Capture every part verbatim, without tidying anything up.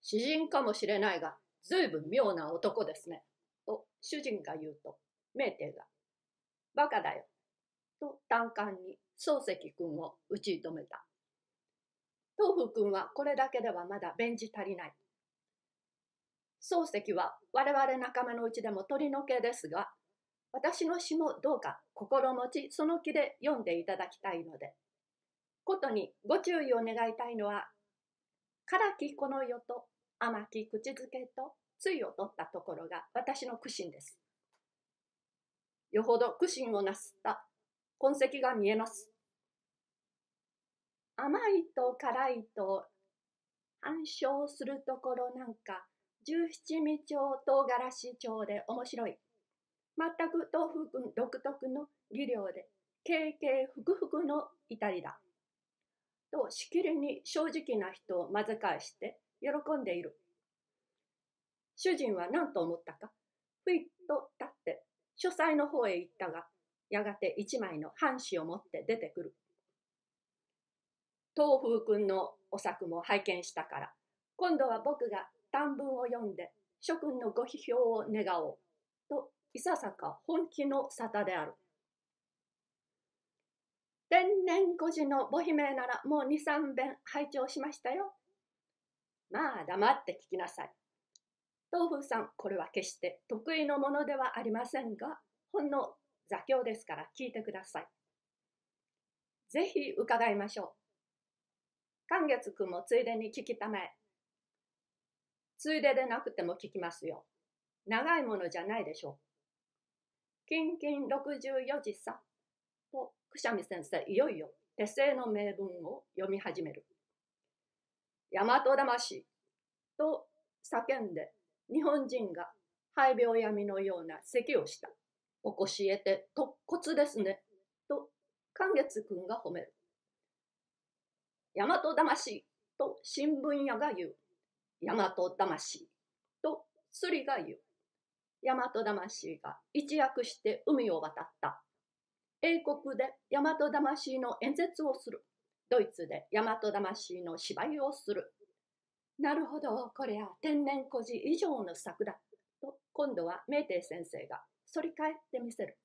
詩人かもしれないが、ずいぶん妙な男ですね。と主人が言うと、メーテルが、バカだよ。と単管に漱石君を打ち止めた。東風君はこれだけではまだ弁じ足りない。漱石は我々仲間のうちでも鳥の毛ですが、私の詩もどうか心持ちその気で読んでいただきたいので、ことにご注意を願いたいのは、からきこの世と甘き口づけと対を取ったところが私の苦心です。よほど苦心をなすった痕跡が見えます。甘いと辛いと反証するところなんか十七味町唐辛子町で面白い。全く東風君独特の技量で軽々ふくふくの至りだ。としきりに正直な人を混ぜ返して喜んでいる。主人は何と思ったか、ふいっと立って書斎の方へ行ったが、やがて一枚の半紙を持って出てくる。東風君のお作も拝見したから、今度は僕が短文を読んで諸君のご批評を願おうといささか本気の沙汰である。天然孤児の母姫ならもう二三遍拝聴しましたよ。まあ黙って聞きなさい。東風さん、これは決して得意のものではありませんが、ほんの座興ですから聞いてください。ぜひ伺いましょう。寛月君もついでに聞きたまえ。ついででなくても聞きますよ。長いものじゃないでしょう。近々ろくじゅうよじさ。と、くしゃみ先生、いよいよ手製の名文を読み始める。大和魂と叫んで、日本人が肺病闇のような咳をした。おこしえて突骨ですね。と、寛月君が褒める。大和魂と新聞屋が言う。大和魂とスリが言う。大和魂が一躍して海を渡った。英国で大和魂の演説をする。ドイツで大和魂の芝居をする。なるほど、これは天然孤児以上の作だ。と今度は明帝先生が反り返ってみせる。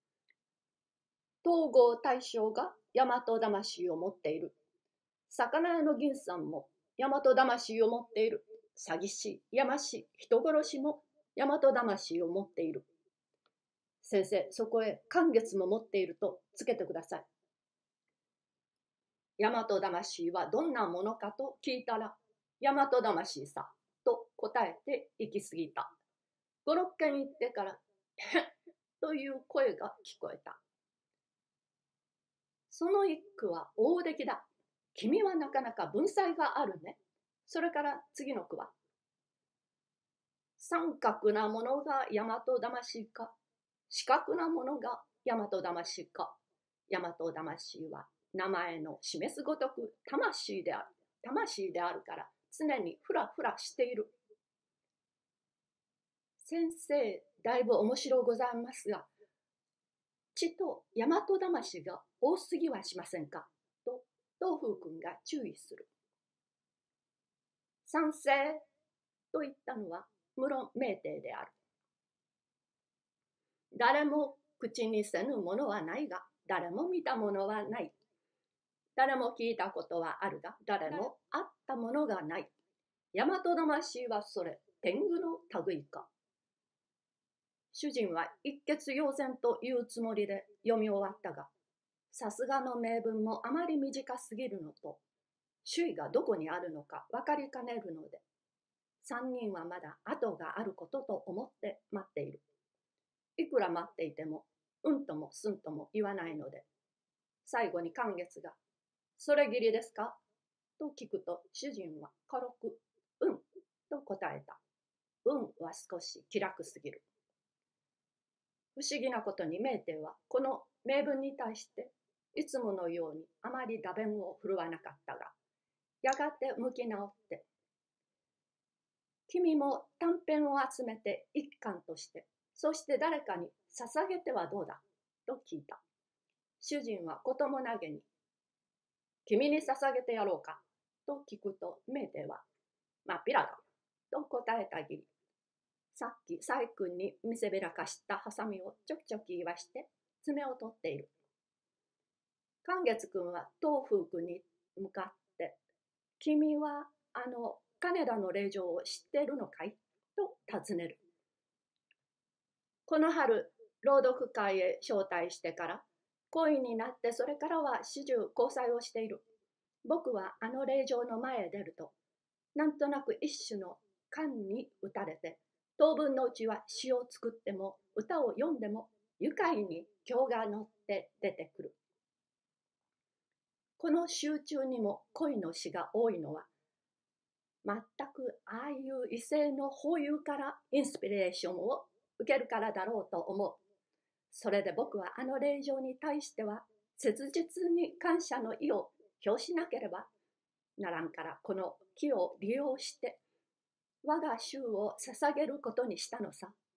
東郷大将が大和魂を持っている。魚屋の銀さんも大和魂を持っている。詐欺師、やまし、人殺しも大和魂を持っている。先生、そこへ寛月も持っているとつけてください。大和魂はどんなものかと聞いたら、大和魂さ、と答えて行き過ぎた。五六軒行ってから、へっという声が聞こえた。その一句は大出来だ。君はなかなか文才があるね。それから次の句は、三角なものが大和魂か、四角なものが大和魂か。大和魂は名前の示すごとく魂である。魂であるから常にフラフラしている。先生、だいぶ面白ございますが、ちと大和魂が多すぎはしませんかと東風君が注意する。賛成と言ったのは無論明帝である。誰も口にせぬものはないが、誰も見たものはない。誰も聞いたことはあるが、誰も会ったものがない。大和魂はそれ、天狗の類か。主人は一血瞭然と言うつもりで読み終わったが、さすがの名文もあまり短すぎるのと、首位がどこにあるのか分かりかねるので、三人はまだ後があることと思って待っている。いくら待っていても、うんともすんとも言わないので、最後に寛月が、それぎりですかと聞くと、主人は軽く、うんと答えた。うんは少し気楽すぎる。不思議なことに明帝はこの名文に対していつものようにあまり打弁を振るわなかったが、やがて向き直って、君も短編を集めて一巻として、そして誰かに捧げてはどうだと聞いた。主人はこともなげに、君に捧げてやろうかと聞くと、明帝は、まっぴらだと答えた義理。さっき細君に見せびらかしたハサミをちょきちょき言わして爪を取っている。寛月君は東風君に向かって「君はあの金田の令状を知っているのかい?」と尋ねる。この春朗読会へ招待してから恋になって、それからは始終交際をしている。僕はあの令状の前へ出ると、なんとなく一種の感に打たれて、当分のうちは詩を作っても歌を読んでも愉快に興が乗って出てくる。この集中にも恋の詩が多いのは、全くああいう異性の法友からインスピレーションを受けるからだろうと思う。それで僕はあの令状に対しては切実に感謝の意を表しなければならんから、この機を利用して我が衆を捧げることにしたのさ。